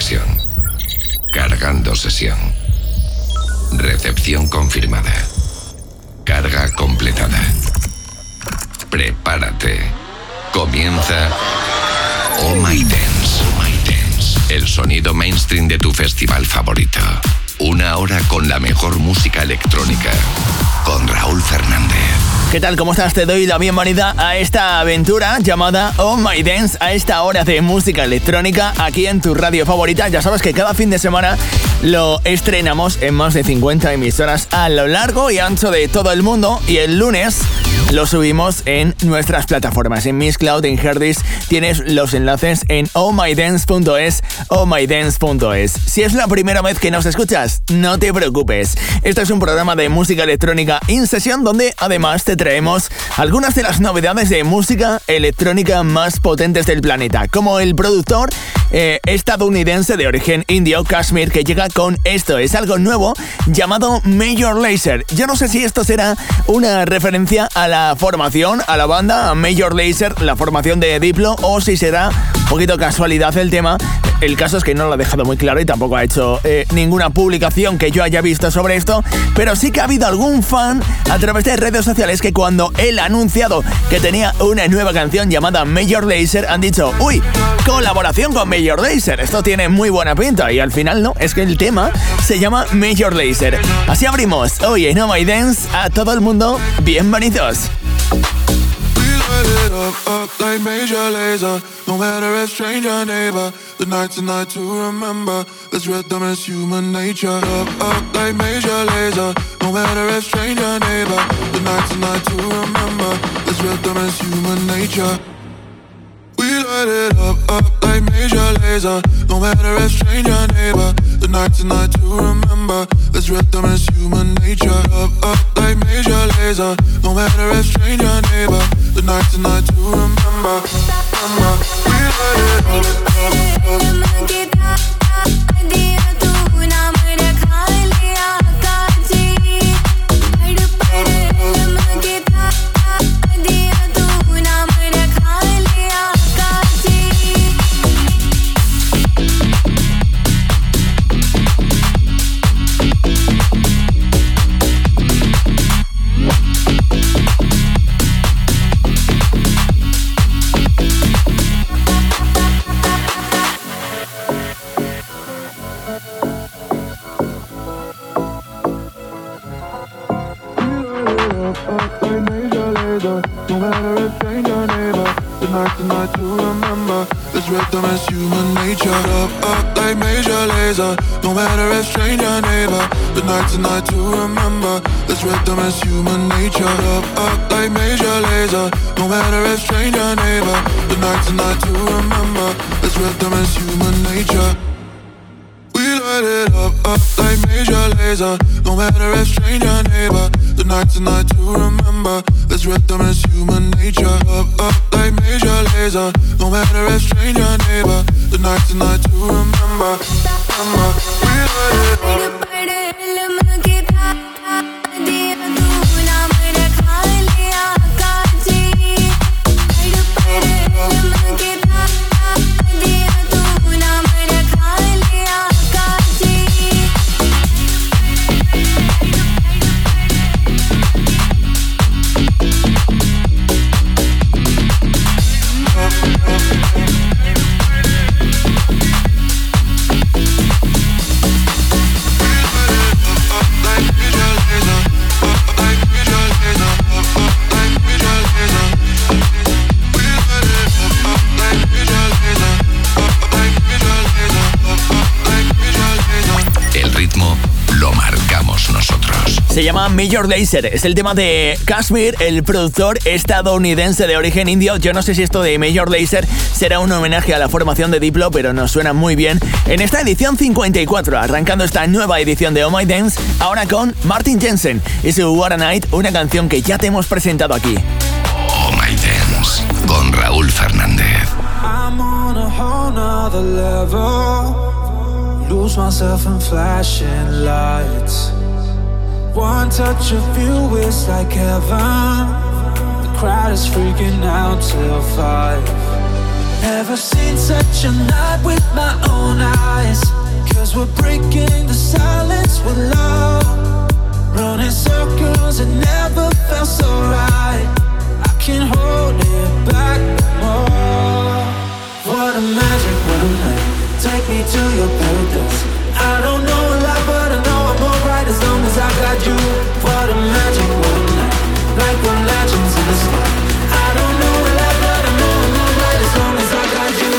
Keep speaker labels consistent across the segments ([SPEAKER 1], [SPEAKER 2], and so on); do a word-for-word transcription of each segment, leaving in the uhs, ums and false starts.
[SPEAKER 1] sesión. Cargando sesión. Recepción confirmada. Carga completada. Prepárate. Comienza Oh My Dance. Oh My Dance. El sonido mainstream de tu festival favorito. Una hora con la mejor música electrónica. Con Raúl Fernández.
[SPEAKER 2] ¿Qué tal? ¿Cómo estás? Te doy la bienvenida a esta aventura llamada Oh My Dance, a esta hora de música electrónica aquí en tu radio favorita. Ya sabes que cada fin de semana lo estrenamos en más de cincuenta emisoras a lo largo y ancho de todo el mundo, y el lunes lo subimos en nuestras plataformas. En Mixcloud, en Heardis, tienes los enlaces en oh my dance punto es, oh my dance punto es. Si es la primera vez que nos escuchas, no te preocupes. Este es un programa de música electrónica in sesión donde además te traemos algunas de las novedades de música electrónica más potentes del planeta, como el productor eh, estadounidense de origen indio, Kashmir, que llega con esto. Es algo nuevo llamado Major Lazer. Yo no sé si esto será una referencia a la formación, a la banda, a Major Lazer, la formación de Diplo, o si será un poquito casualidad el tema. El caso es que no lo ha dejado muy claro y tampoco ha hecho eh, ninguna publicación que yo haya visto sobre esto, pero sí que ha habido algún fan a través de redes sociales que cuando él ha anunciado que tenía una nueva canción llamada Major Lazer han dicho: uy, colaboración con Major Lazer, esto tiene muy buena pinta, y al final no, es que el tema se llama Major Lazer. Así abrimos hoy en Oh My Dance. A todo el mundo, bienvenidos.
[SPEAKER 3] It up, up like Major Lazer. No matter if stranger, neighbor. The night tonight to remember. This rhythm is human nature. Up, up like Major Lazer. No matter if stranger, neighbor. The night tonight to remember. This rhythm is human nature. We light it up, up like Major Lazer. No matter if stranger, neighbor. The night tonight to remember. This rhythm is human nature. Up, up like Major Lazer. No matter if stranger, neighbor. The night tonight to remember. Remember. We light it up, up, up, up. Tonight to remember. This rhythm is human nature. Up, up like Major Lazer. No matter if stranger, neighbor. The night tonight to remember. This rhythm is human nature. Up, up like Major Lazer. No matter if stranger, neighbor. The night tonight to remember. This rhythm is human nature. We light it up, up like Major Lazer. No matter if stranger, neighbor. The night tonight to remember. This rhythm is human nature. Up, up like Major Lazer. No matter if stranger, neighbor. The night tonight to remember. Remember. We light it up.
[SPEAKER 2] Se llama Major Lazer, es el tema de Kashmir, el productor estadounidense de origen indio. Yo no sé si esto de Major Lazer será un homenaje a la formación de Diplo, pero nos suena muy bien en esta edición cincuenta y cuatro, arrancando esta nueva edición de Oh My Dance, ahora con Martin Jensen y su What a Night, una canción que ya te hemos presentado aquí.
[SPEAKER 1] Oh My Dance, con Raúl Fernández.
[SPEAKER 4] I'm on a whole nother level, lose myself in flashing lights. One touch of you is like heaven. The crowd is freaking out till five. Never seen such a night with my own eyes. Cause we're breaking the silence with love. Running circles, it never felt so right. I can't hold it back no more. What a magic, what a night. Take me to your paradise. I don't know a lot, but I know I'm alright as long as I got you. What a magic, what a night. Like we're legends in the sky. I don't know a lot, but I know I'm alright as long as I got you.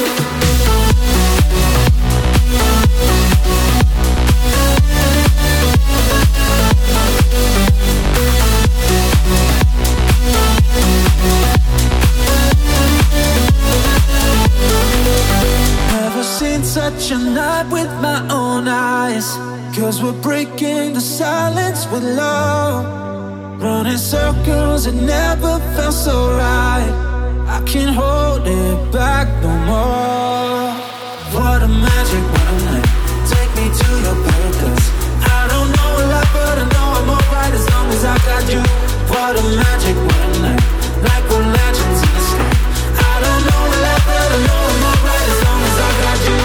[SPEAKER 4] Never seen such a night with my own eyes. Cause we're breaking the silence with love. Running circles, it never felt so right. I can't hold it back no more. What a magic, what a night. Take me to your paradise. I don't know a lot, but I know I'm alright as long as I got you. What a magic, what a night. Like we're legends in the sky. I don't know a lot, but I know I'm alright as long as I got you.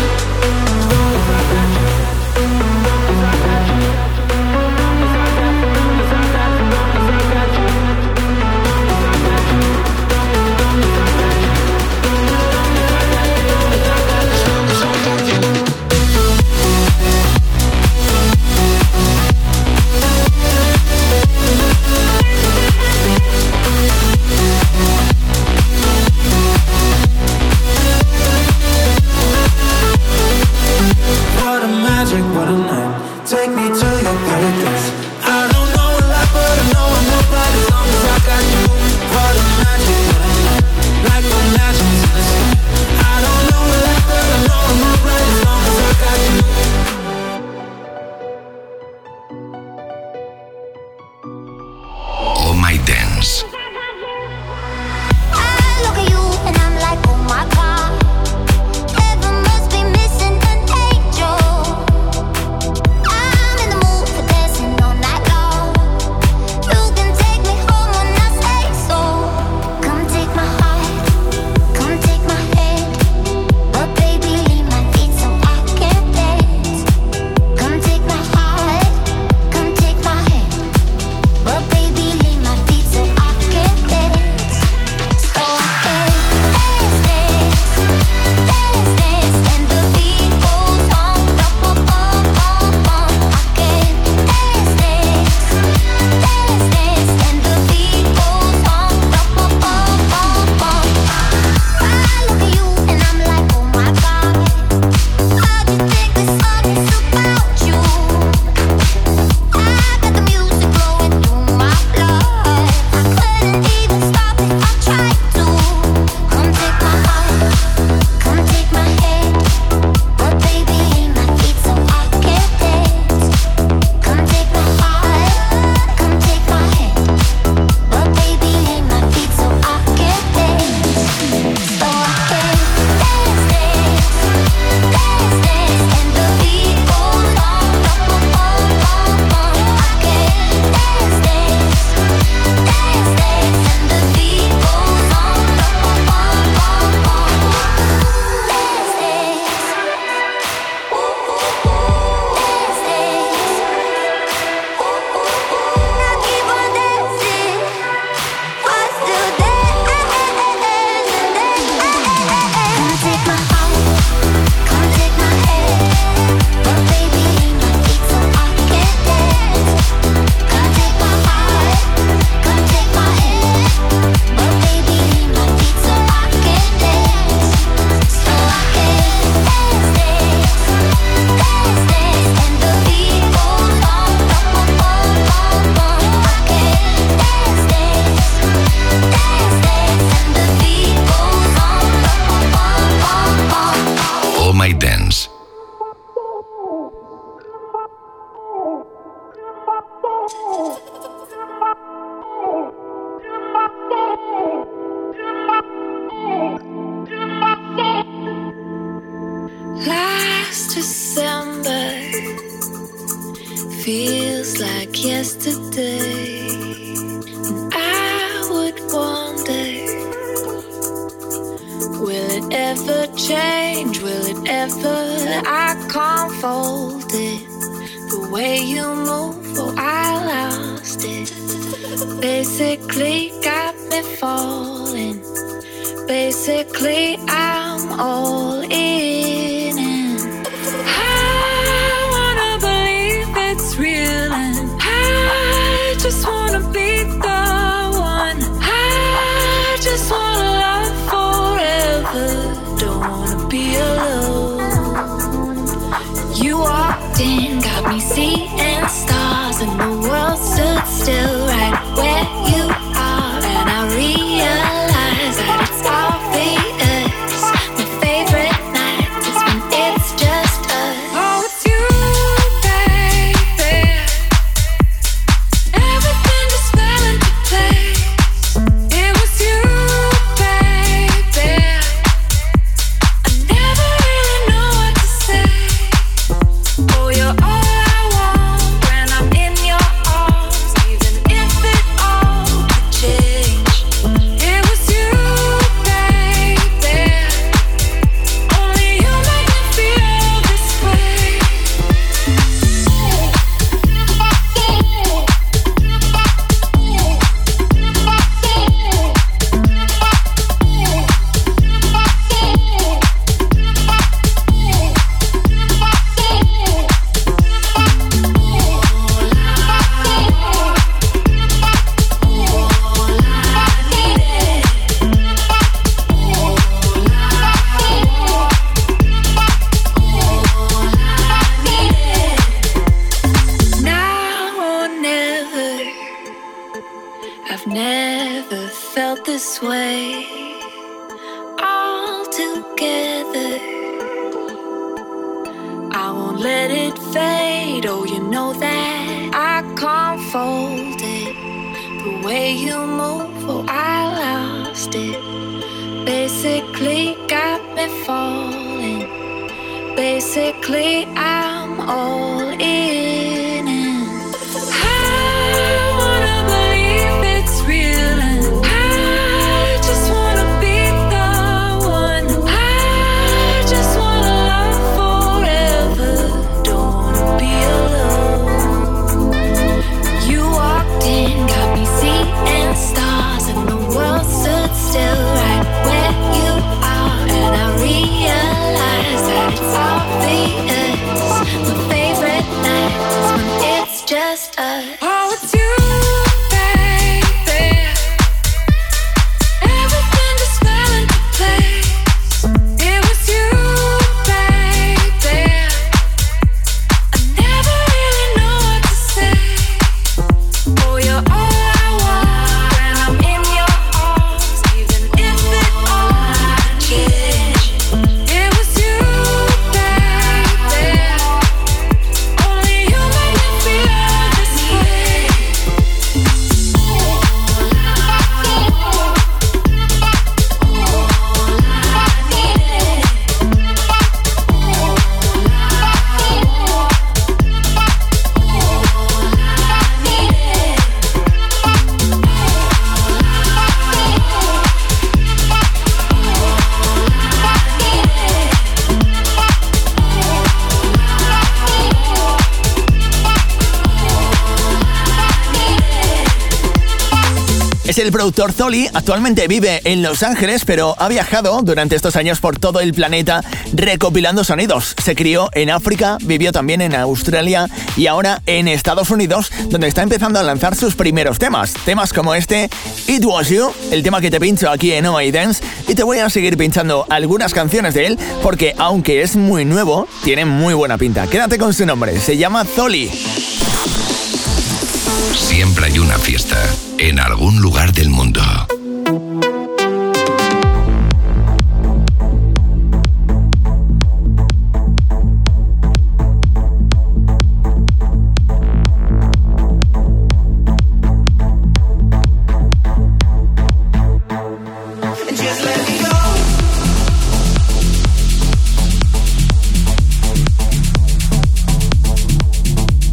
[SPEAKER 4] What a night. Take me to your paradise. I don't know a lot, but I know I'm alright as long as I got you. What a magic, what a night. Like we're legends in the sky. I don't know a lot, but I know I'm alright as long as I got you.
[SPEAKER 1] Oh My Dance.
[SPEAKER 5] I look at you and I'm like, oh my God. Heaven must be missing an angel. I'm in the mood for dancing all night long. You can take me home when I say so. Come take my heart, come take my hand. But baby, leave my feet so I can dance. Come take my heart, come take my hand. But baby, leave my feet so I can dance. So I can dance, dance, dance, dance, and the beat goes on, up, up, up, up, up. I can dance, dance, dance, dance, and the beat goes on, up, up, up, up, up. I look at you and I'm like, oh my God. How do you think this song is about you? I got the music flowing through my blood. I couldn't even stop if I tried to. Come take my heart, come take my hand. But baby, leave my feet so I can dance. Come take my heart, come take my hand. But baby, leave my feet so I can dance. So I can dance, dance, dance, dance, and the beat goes on, up, up, up, up, up. I can dance, dance, dance, dance, and the beat goes on, up, up, up, up, up. Dance, dance, ooh, ooh, ooh, dance, dance, ooh, ooh, ooh. I keep on dancing, I still dance, Come take my heart, come take my hand. But baby, leave my feet so I can dance. Come take my heart, come take my hand. But baby, leave my feet so I can dance. So I can dance, dance, dance, dance, and the beat goes on, up, up, up, up, up. I can dance, dance, dance, dance, and the beat goes on, up, up, up, up, up.
[SPEAKER 1] Oh My Dance.
[SPEAKER 6] Last December feels like yesterday. And I would wonder, will it ever change? Will it ever? I can't fold it. The way you move, oh, I lost it. Basically got me falling. Basically I'm all in, and I wanna believe it's real, and I just wanna be the one. I just wanna love forever. Don't wanna be alone. You walked in, got me seeing stars, and the world stood still right where you are, and I realized that it's obvious. My favorite night is when it's just us. Oh, it's you, baby. Everything just fell into place. It was you, baby. I never really know what to say. Oh, you're all I want when I'm in your arms, even if it all could change. It was you, baby. Only you make me feel this way. Now or never, I've never felt this way. All together, I won't let it fade. Oh, you know that I can't fold it. The way you move, oh, I lost it. Basically got me falling. Basically I'm all in, and I wanna believe it's real, and I just wanna be the one. I just wanna love forever. Don't wanna be alone. You walked in, got me seeing stars, and the world stood still right where you are, and I realized that it's obvious. My favorite night is when it's just us. Oh, it's you, baby. Everything just fell into place. It was you, baby. I never really know what to say. Oh, you're all I want when I'm in your arms, even if it all could change. It was you, baby. Only you make me feel this way.
[SPEAKER 2] Es el productor Zoli, actualmente vive en Los Ángeles, pero ha viajado durante estos años por todo el planeta recopilando sonidos. Se crió en África, vivió también en Australia y ahora en Estados Unidos, donde está empezando a lanzar sus primeros temas. Temas como este, It Was You, el tema que te pincho aquí en Oh My Dance, y te voy a seguir pinchando algunas canciones de él, porque aunque es muy nuevo, tiene muy buena pinta. Quédate con su nombre, se llama Zoli.
[SPEAKER 1] Siempre hay una fiesta en algún lugar del mundo.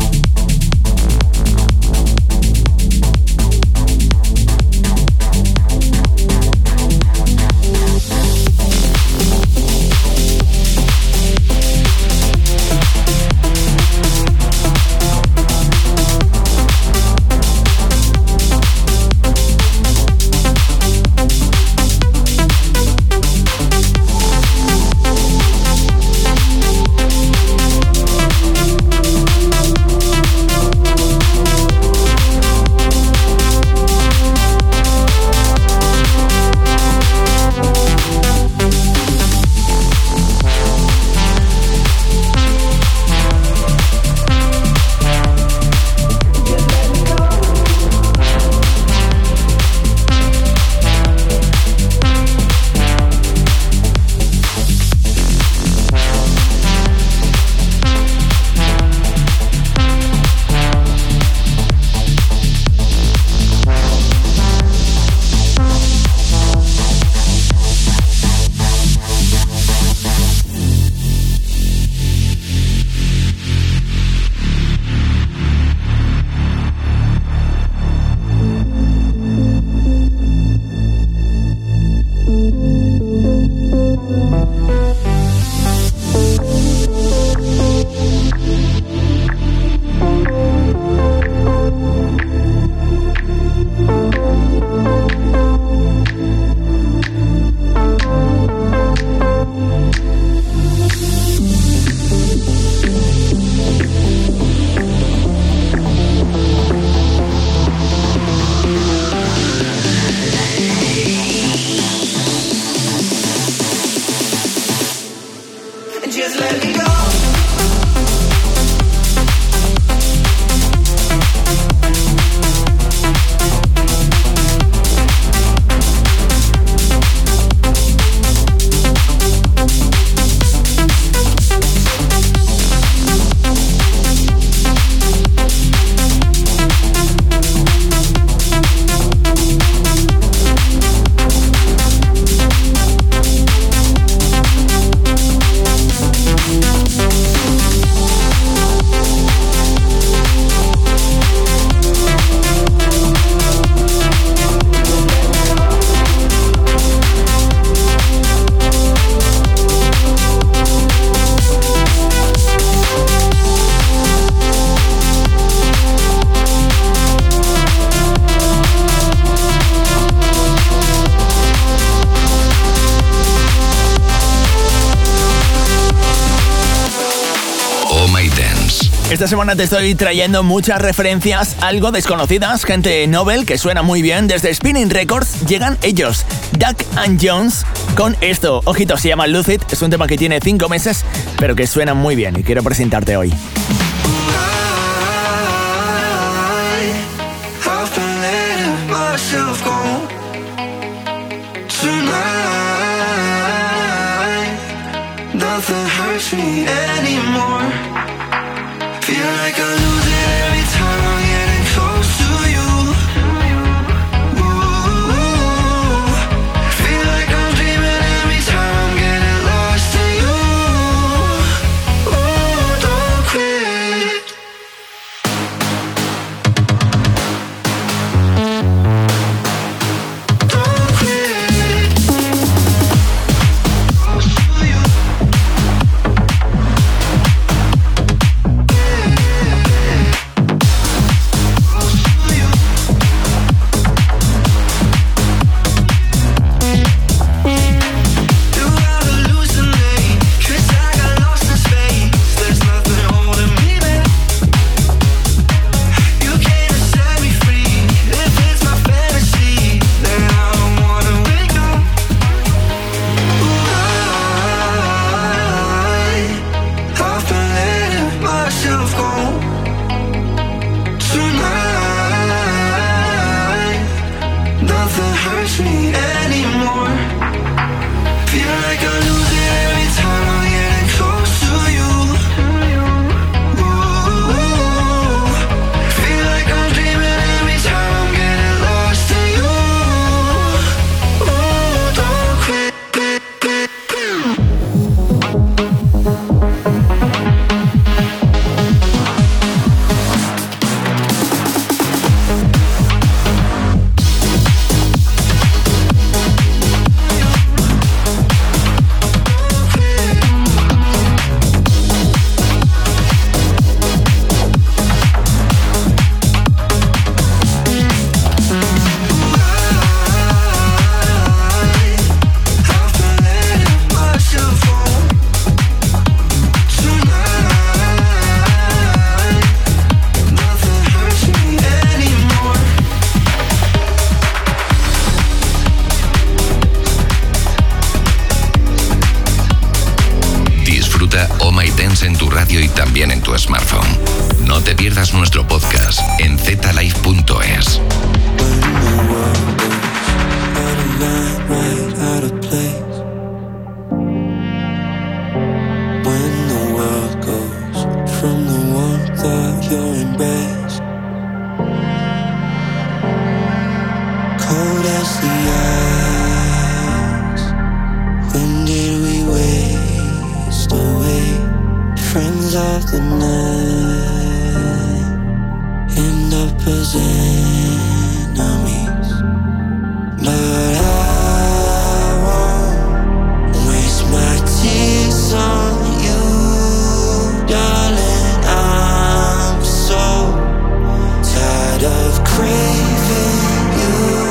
[SPEAKER 7] Just let me go.
[SPEAKER 4] just let me go.
[SPEAKER 2] Esta semana te estoy trayendo muchas referencias algo desconocidas, gente novel que suena muy bien. Desde Spinning Records llegan ellos, Duck and Jones, con esto. Ojito, se llama Lucid, es un tema que tiene cinco meses, pero que suena muy bien y quiero presentarte hoy.
[SPEAKER 4] Feel like I lose it every time I'm getting close to you. Ooh, feel like I'm dreaming every time I'm getting lost in you. Ooh, don't quit. Don't quit. Close to you.
[SPEAKER 1] En tu radio y también en tu smartphone. No te pierdas nuestro podcast en z live punto es.
[SPEAKER 4] Of the night end up as enemies, but I won't waste my tears on you, darling. I'm so tired of craving you.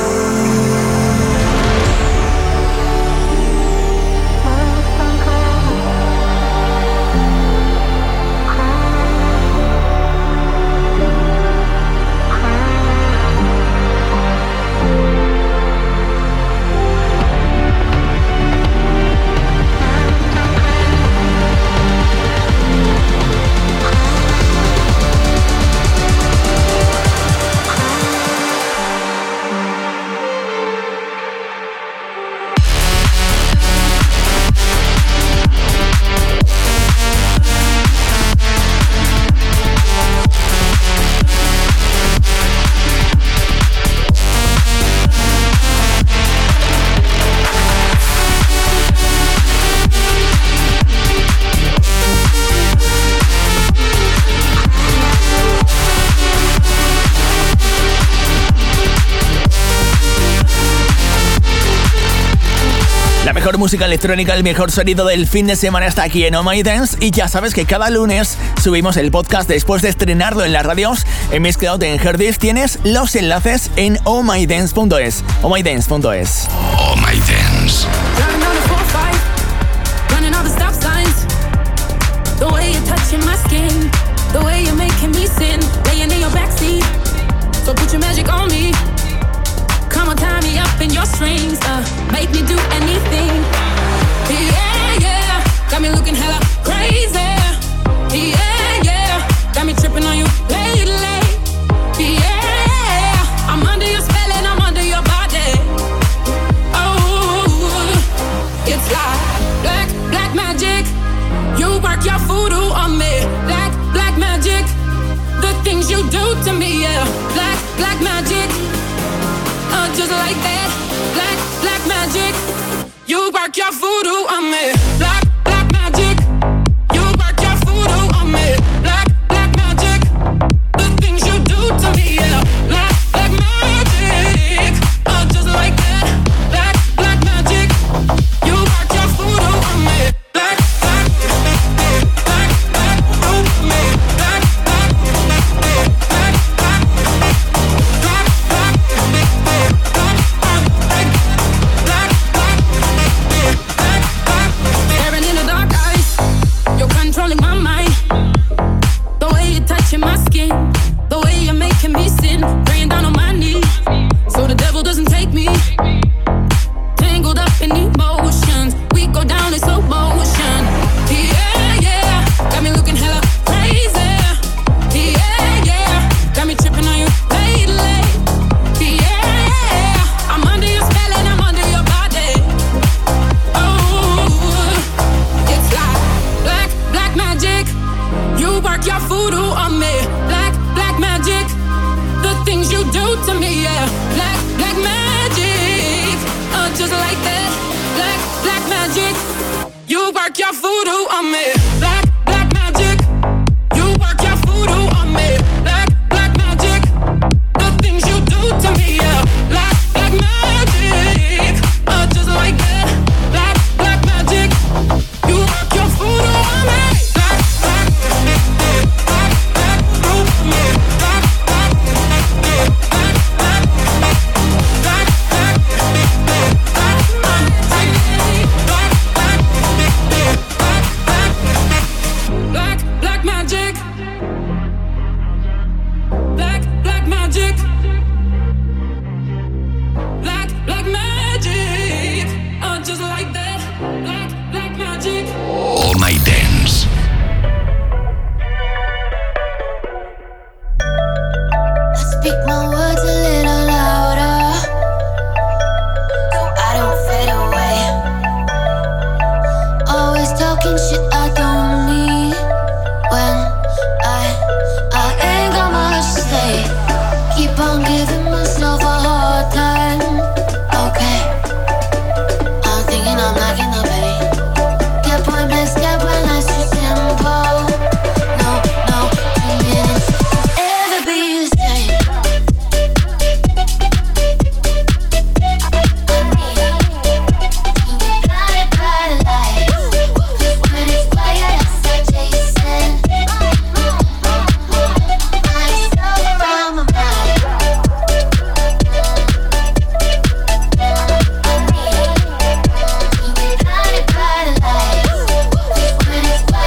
[SPEAKER 2] mejor música electrónica, el mejor sonido del fin de semana está aquí en Oh My Dance. Y ya sabes que cada lunes subimos el podcast después de estrenarlo en las radios. En Mixcloud, en Heardis, tienes los enlaces en oh my dance punto es. oh my dance punto es.
[SPEAKER 1] Oh My Dance.
[SPEAKER 7] The way you're touching my skin, the way you're making me sin, laying in your backseat. So put your magic on me. Come on, tie me up in your strings, uh, make me do anything. Yeah, yeah, got me looking hella crazy. Yeah, yeah, got me tripping on you lately. Yeah, I'm under your spell and I'm under your body. Oh, it's like black, black magic. You work your voodoo on me. Black, black magic. The things you do to me, yeah. Black, black magic. Uh, just like that. Black, black magic. You work your voodoo on me. Black, black magic. You work your voodoo on me. Black, black magic. The things you do to me, yeah. Black, black magic. Uh, just like that. Black, black magic. You work your voodoo on me. Black. My skin, the way you're making me sin, praying down on my knees, so the devil doesn't take me. Tangled up in emotions, we go down in slow motion. Yeah, yeah, got me looking hella crazy. Yeah, yeah, got me tripping on you lately. Yeah, I'm under your spell and I'm under your body. Oh, it's like black, black magic. You work your voodoo on me. Black, black magic. The things you do to me, yeah. Black, black magic. Uh, just like that. Black, black magic. You work your voodoo on me. Black, black magic. You work your voodoo on me. Black, black magic. The things you do to me, yeah. Black, black magic. Uh, just like that. Black, black magic. You work your voodoo on me.
[SPEAKER 1] Oh My Dance.
[SPEAKER 5] I speak my words a little louder, so I don't fade away. Always talking shit I don't mean. When I, I ain't got much to say. Keep on giving myself a hard time. Okay, I'm thinking I'm liking the pain. Get pointless, get pointless, too simple. No, no, two minutes ever be the same. I need to be blinded by the light. 'Cause when it's quiet, I start chasing myself around my mind. I need to be blinded by the light. 'Cause when it's quiet,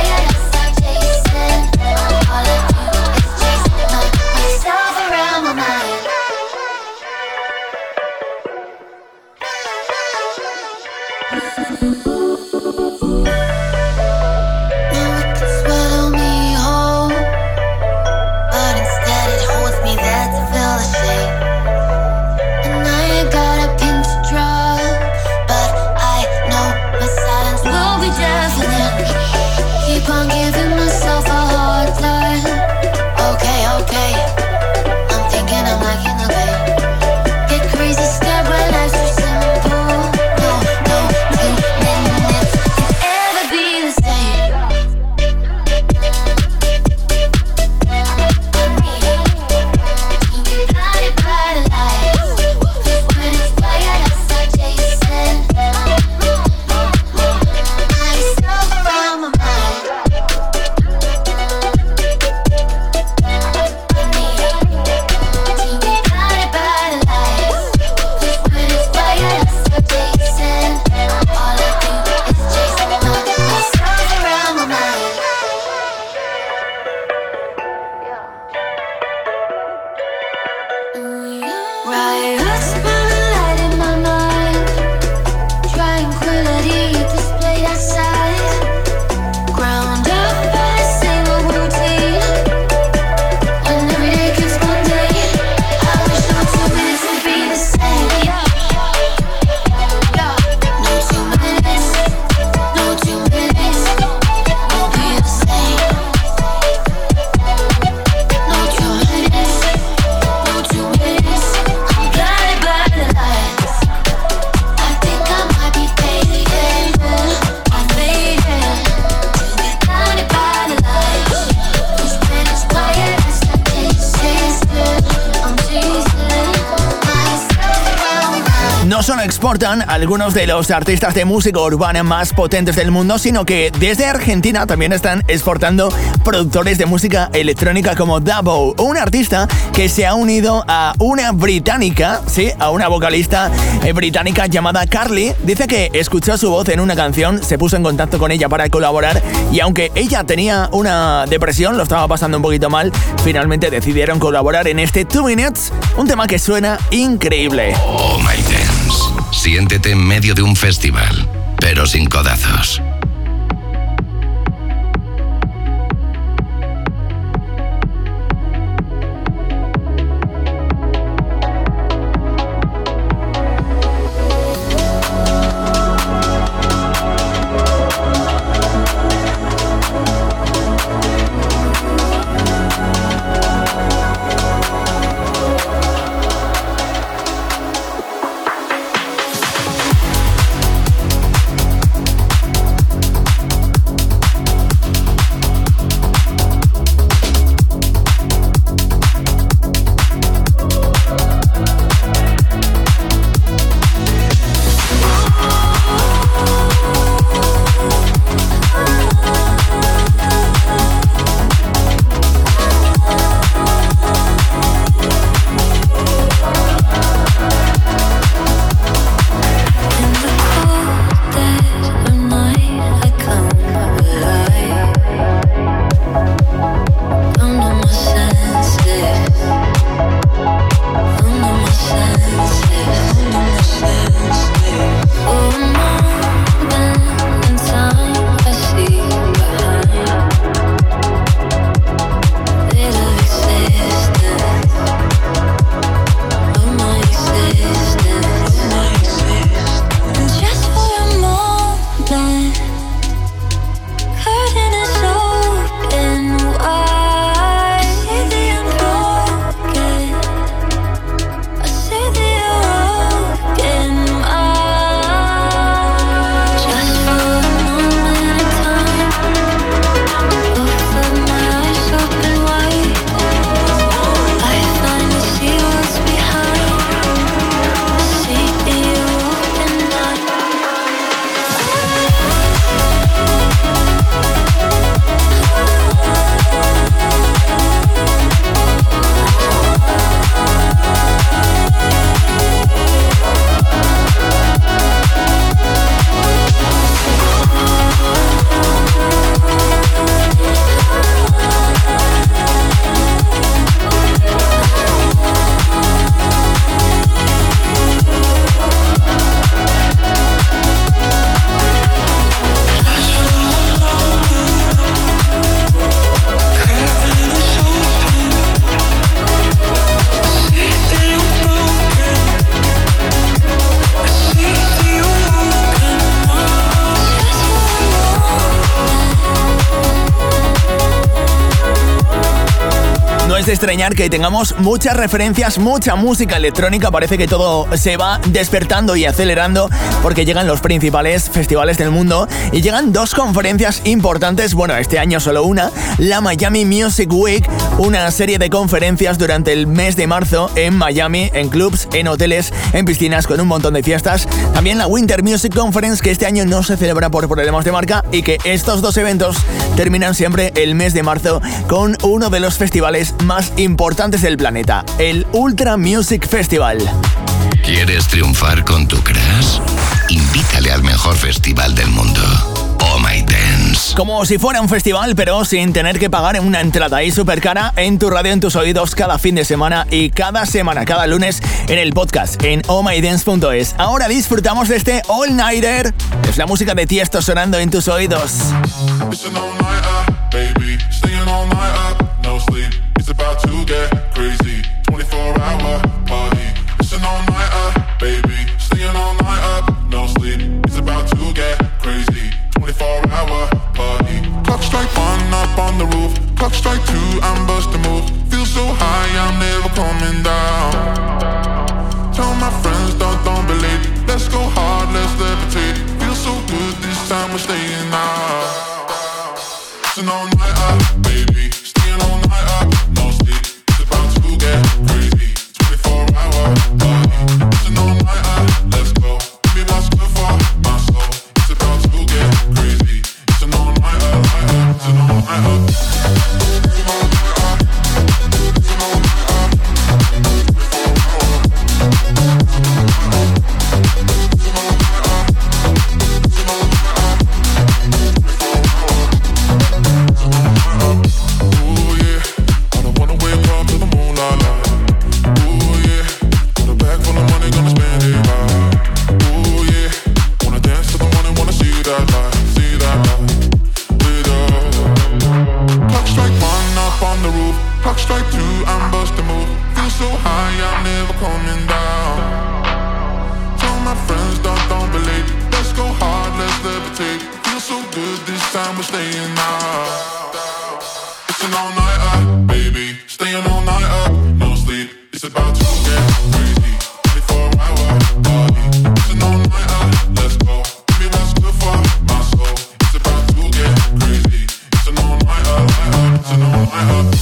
[SPEAKER 2] exportan algunos de los artistas de música urbana más potentes del mundo, sino que desde Argentina también están exportando productores de música electrónica como Dabo, un artista que se ha unido a una británica, sí, a una vocalista británica llamada Carly. Dice que escuchó su voz en una canción, se puso en contacto con ella para colaborar y aunque ella tenía una depresión, lo estaba pasando un poquito mal, finalmente decidieron colaborar en este Two Minutes, un tema que suena increíble.
[SPEAKER 1] Oh My Dance. Siéntete en medio de un festival, pero sin codazos.
[SPEAKER 2] es de extrañar que tengamos muchas referencias, mucha música electrónica. Parece que todo se va despertando y acelerando porque llegan los principales festivales del mundo y llegan dos conferencias importantes, bueno, este año solo una, la Miami Music Week, una serie de conferencias durante el mes de marzo en Miami, en clubs, en hoteles, en piscinas, con un montón de fiestas. También la Winter Music Conference, que este año no se celebra por problemas de marca, y que estos dos eventos terminan siempre el mes de marzo con uno de los festivales más importantes del planeta, el Ultra Music Festival.
[SPEAKER 1] ¿Quieres triunfar con tu crush? Invítale al mejor festival del mundo, Oh My Dance.
[SPEAKER 2] Como si fuera un festival, pero sin tener que pagar una entrada ahí súper cara, en tu radio, en tus oídos, cada fin de semana y cada semana, cada lunes, en el podcast, en oh my dance punto es. Ahora disfrutamos de este All Nighter. Es la música de Tiesto sonando en tus oídos.
[SPEAKER 3] It's about to get crazy. twenty-four hour party. It's an all-nighter, baby. Staying all night up, no sleep. It's about to get crazy. twenty-four hour party. Clock strike one up on the roof. Clock strike two, I'm busting move. Feel so high, I'm never coming down. Tell my friends, don't, don't believe. Let's go hard, let's levitate. Feel so good, this time we're staying out. It's an all-nighter, baby. Staying all night up. Crazy, twenty-four hour party. It's an all-nighter, let's go. time we're staying out. It's an all-nighter, baby. Staying all night up, no sleep. It's about to get crazy. twenty-four hour party. It's an all-nighter, let's go. Give me what's good for my soul. It's about to get crazy. It's an all-nighter, lighter. It's an all-nighter.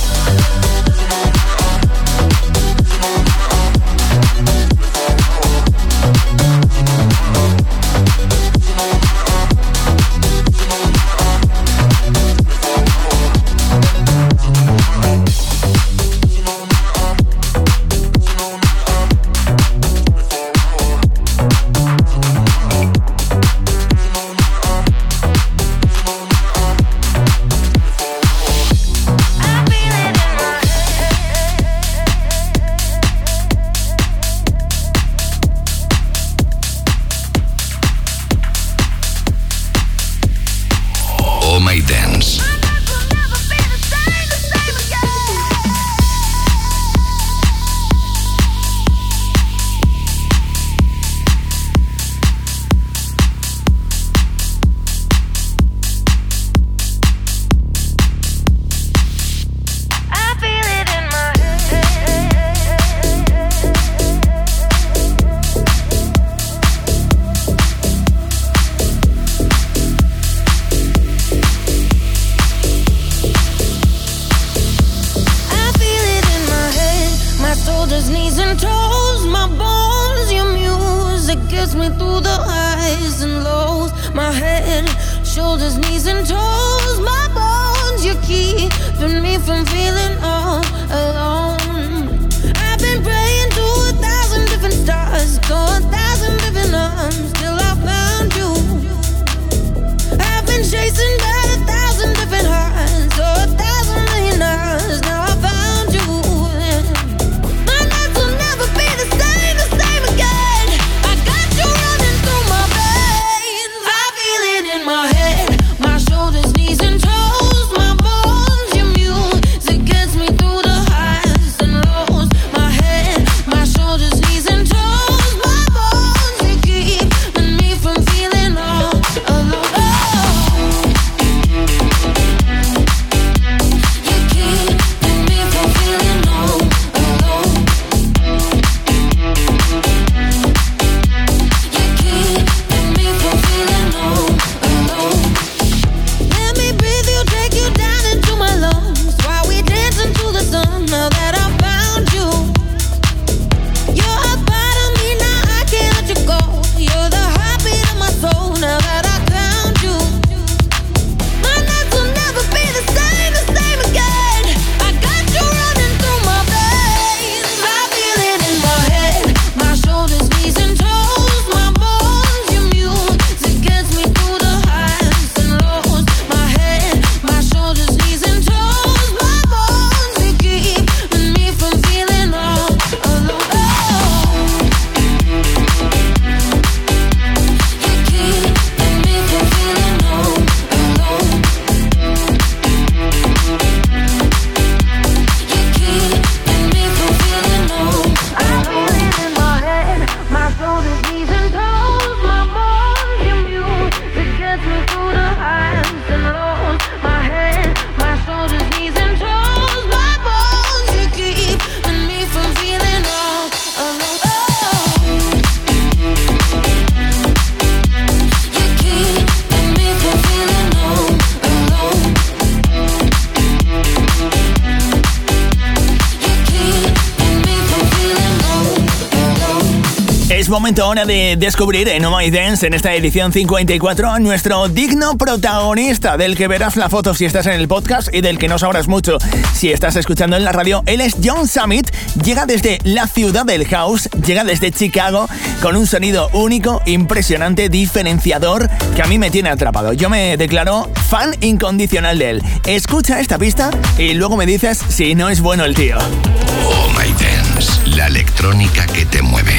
[SPEAKER 2] Momento ahora de descubrir en Oh My Dance, en esta edición cincuenta y cuatro, a nuestro digno protagonista, del que verás la foto si estás en el podcast y del que no sabrás mucho si estás escuchando en la radio. Él es John Summit, llega desde la ciudad del house, llega desde Chicago con un sonido único, impresionante, diferenciador, que a mí me tiene atrapado. Yo me declaro fan incondicional de él. Escucha esta pista y luego me dices si no es bueno el tío.
[SPEAKER 1] Oh My Dance, la electrónica que te mueve.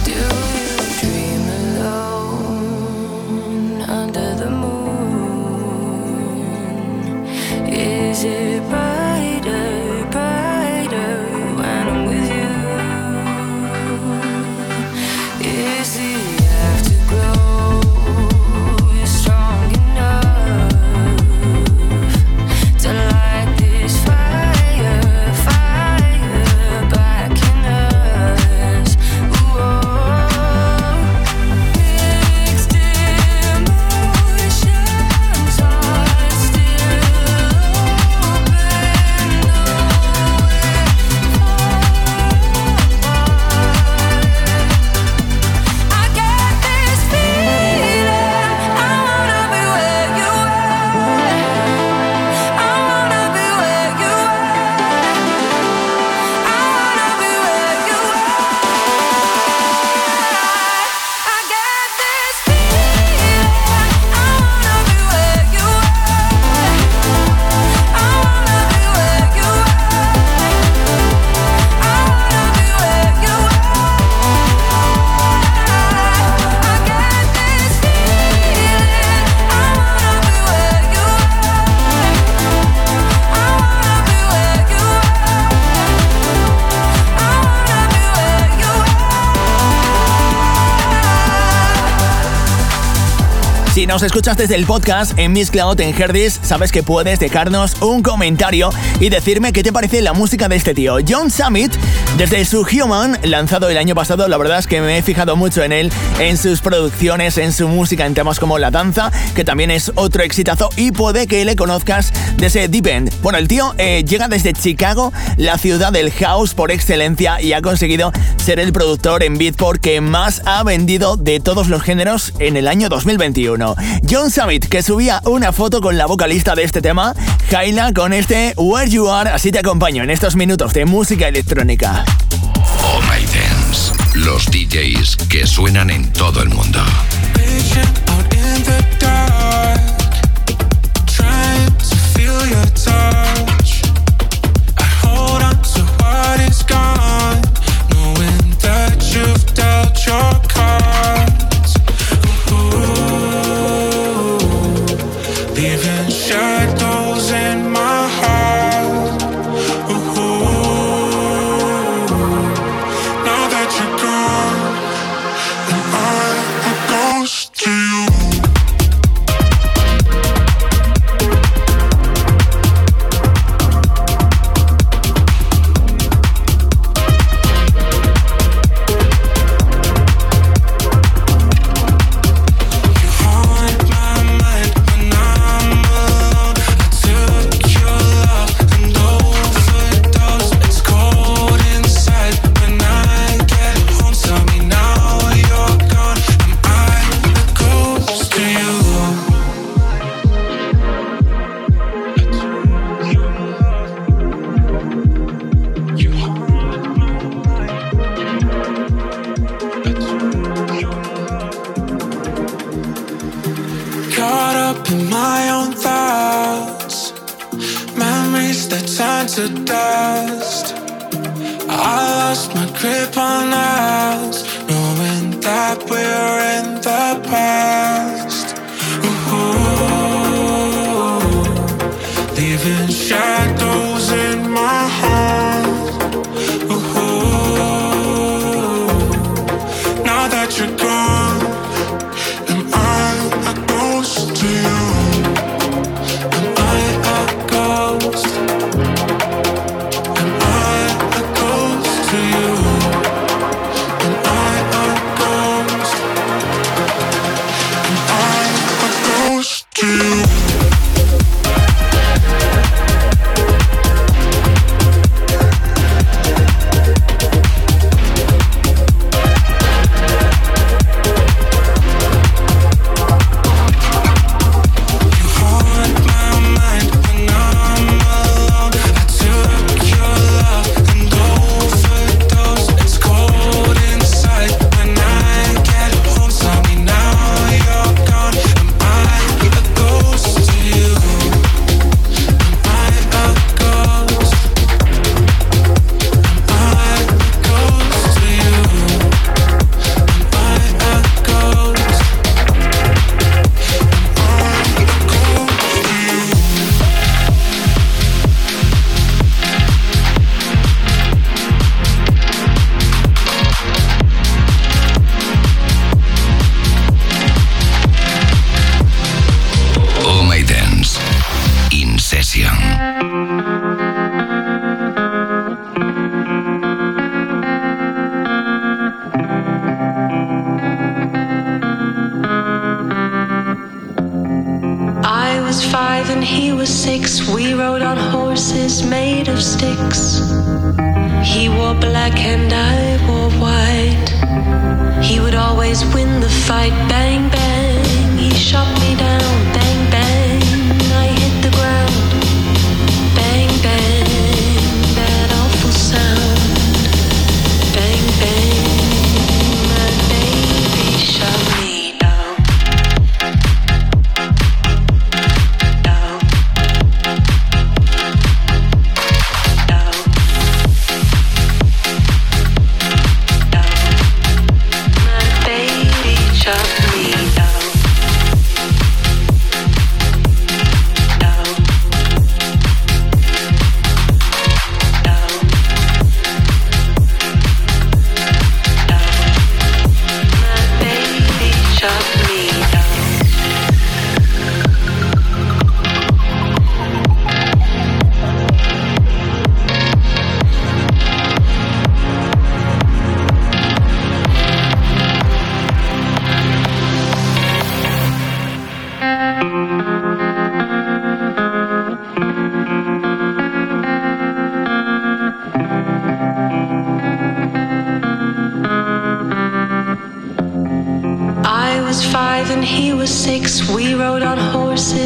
[SPEAKER 6] Is it brighter, brighter when I'm with you? Is the afterglow strong enough?
[SPEAKER 2] nos escuchas desde el podcast en Miss Cloud en Herdis, sabes que puedes dejarnos un comentario y decirme qué te parece la música de este tío. John Summit, desde su Human, lanzado el año pasado, la verdad es que me he fijado mucho en él, en sus producciones, en su música, en temas como La Danza, que también es otro exitazo, y puede que le conozcas de ese Deep End. Bueno, el tío eh, llega desde Chicago, la ciudad del house por excelencia, y ha conseguido ser el productor en Beatport que más ha vendido de todos los géneros en el año dos mil veintiuno. John Summit, que subía una foto con la vocalista de este tema, Hyla, con este Where You Are. Así te acompaño en estos minutos de música electrónica.
[SPEAKER 1] Oh My Dance, los D Js que suenan en todo el mundo.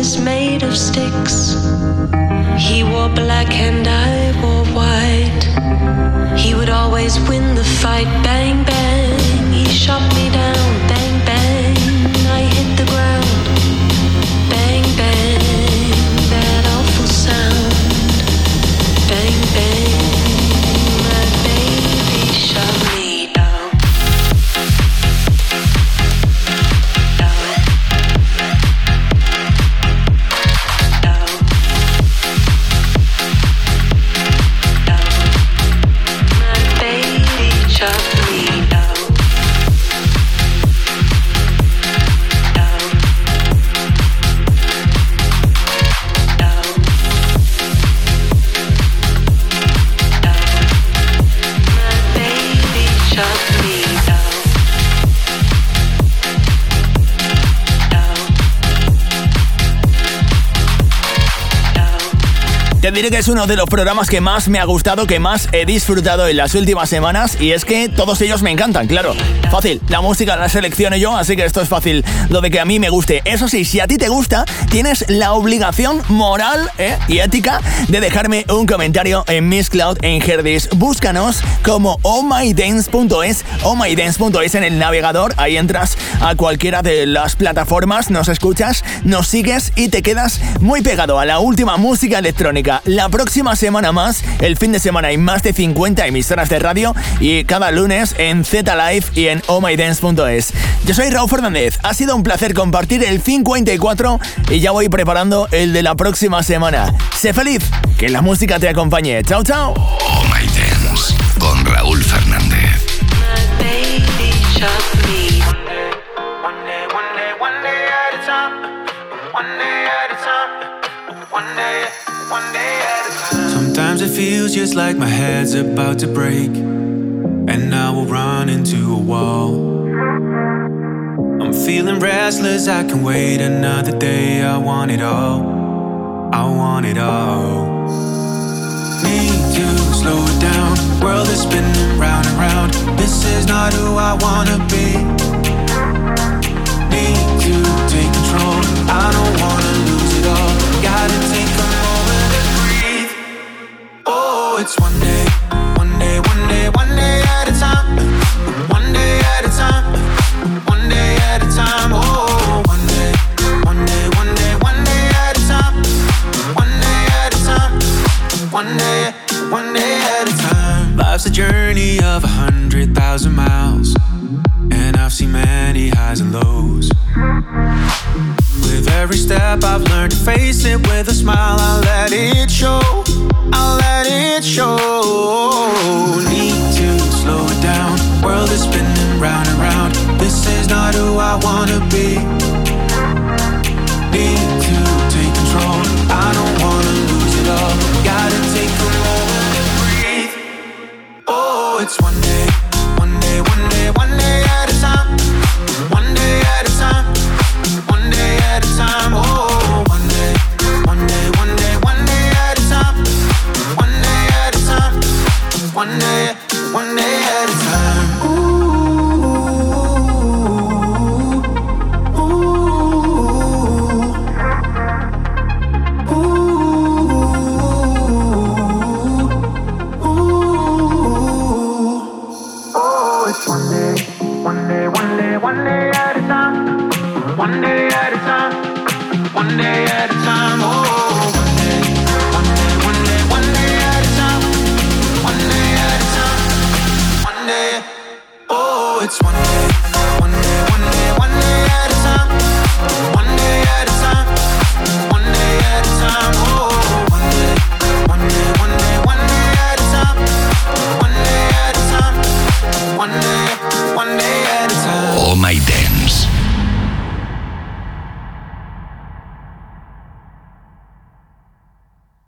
[SPEAKER 6] is made of sticks. He wore black and I wore white. He would always win the fight. Bang, bang, he shot me down. Bang, bang, I hit the ground. Bang, bang, that awful sound. Bang, bang, my baby shot me down. Down. Down. Down. My baby shot me down.
[SPEAKER 2] Te diré que es uno de los programas que más me ha gustado, que más he disfrutado en las últimas semanas, y es que todos ellos me encantan, claro. Fácil, la música la selecciono yo, así que esto es fácil, lo de que a mí me guste. Eso sí, si a ti te gusta, tienes la obligación moral ¿eh? y ética de dejarme un comentario en Miss Cloud en Herdis. Búscanos como oh my dance punto es, oh my dance punto es en el navegador, ahí entras a cualquiera de las plataformas, nos escuchas, nos sigues y te quedas muy pegado a la última música electrónica. La próxima semana más, el fin de semana hay más de cincuenta emisoras de radio y cada lunes en Z Live y en oh my dance punto es. Yo soy Raúl Fernández, ha sido un placer compartir el cincuenta y cuatro y ya voy preparando el de la próxima semana. Sé feliz, que la música te acompañe. Chao, chao.
[SPEAKER 1] Oh My Dance con Raúl Fernández.
[SPEAKER 4] Sometimes it feels just like my head's about to break, and now we'll run into a wall. I'm feeling restless, I can wait another day. I want it all, I want it all. Need to slow it down, world is spinning round and round. This is not who I wanna be. Need to take control, I don't wanna lose it all. Gotta take a moment and breathe. Oh, it's one day, one day, one day, one day at a time. One day at a time, one day at a time. Oh, one day, one day, one day, one day at a time. One day at a time, one day, one day at a time. Life's a journey of a hundred thousand miles, and I've seen many highs and lows. With every step I've learned to face it with a smile. I'll let it show, I'll let it show. Need to slow it down, world is spinning round and round. This is not who I wanna be. Need to take control, I don't wanna lose it all. Gotta take a moment and breathe. Oh, it's one day, one day, one day, one day at a time. One day at a time, one day at a time. Oh, one day, one day, one day, one day at a time. One day at a time, one day, one day at a time. Ooh, ooh, ooh, ooh. Oh, it's one day, one day, one day, one day at a time. One day at a time, one day at a time. Oh, one day, one day, one day, one day at a time. One day at a time, one day. Oh, it's one day.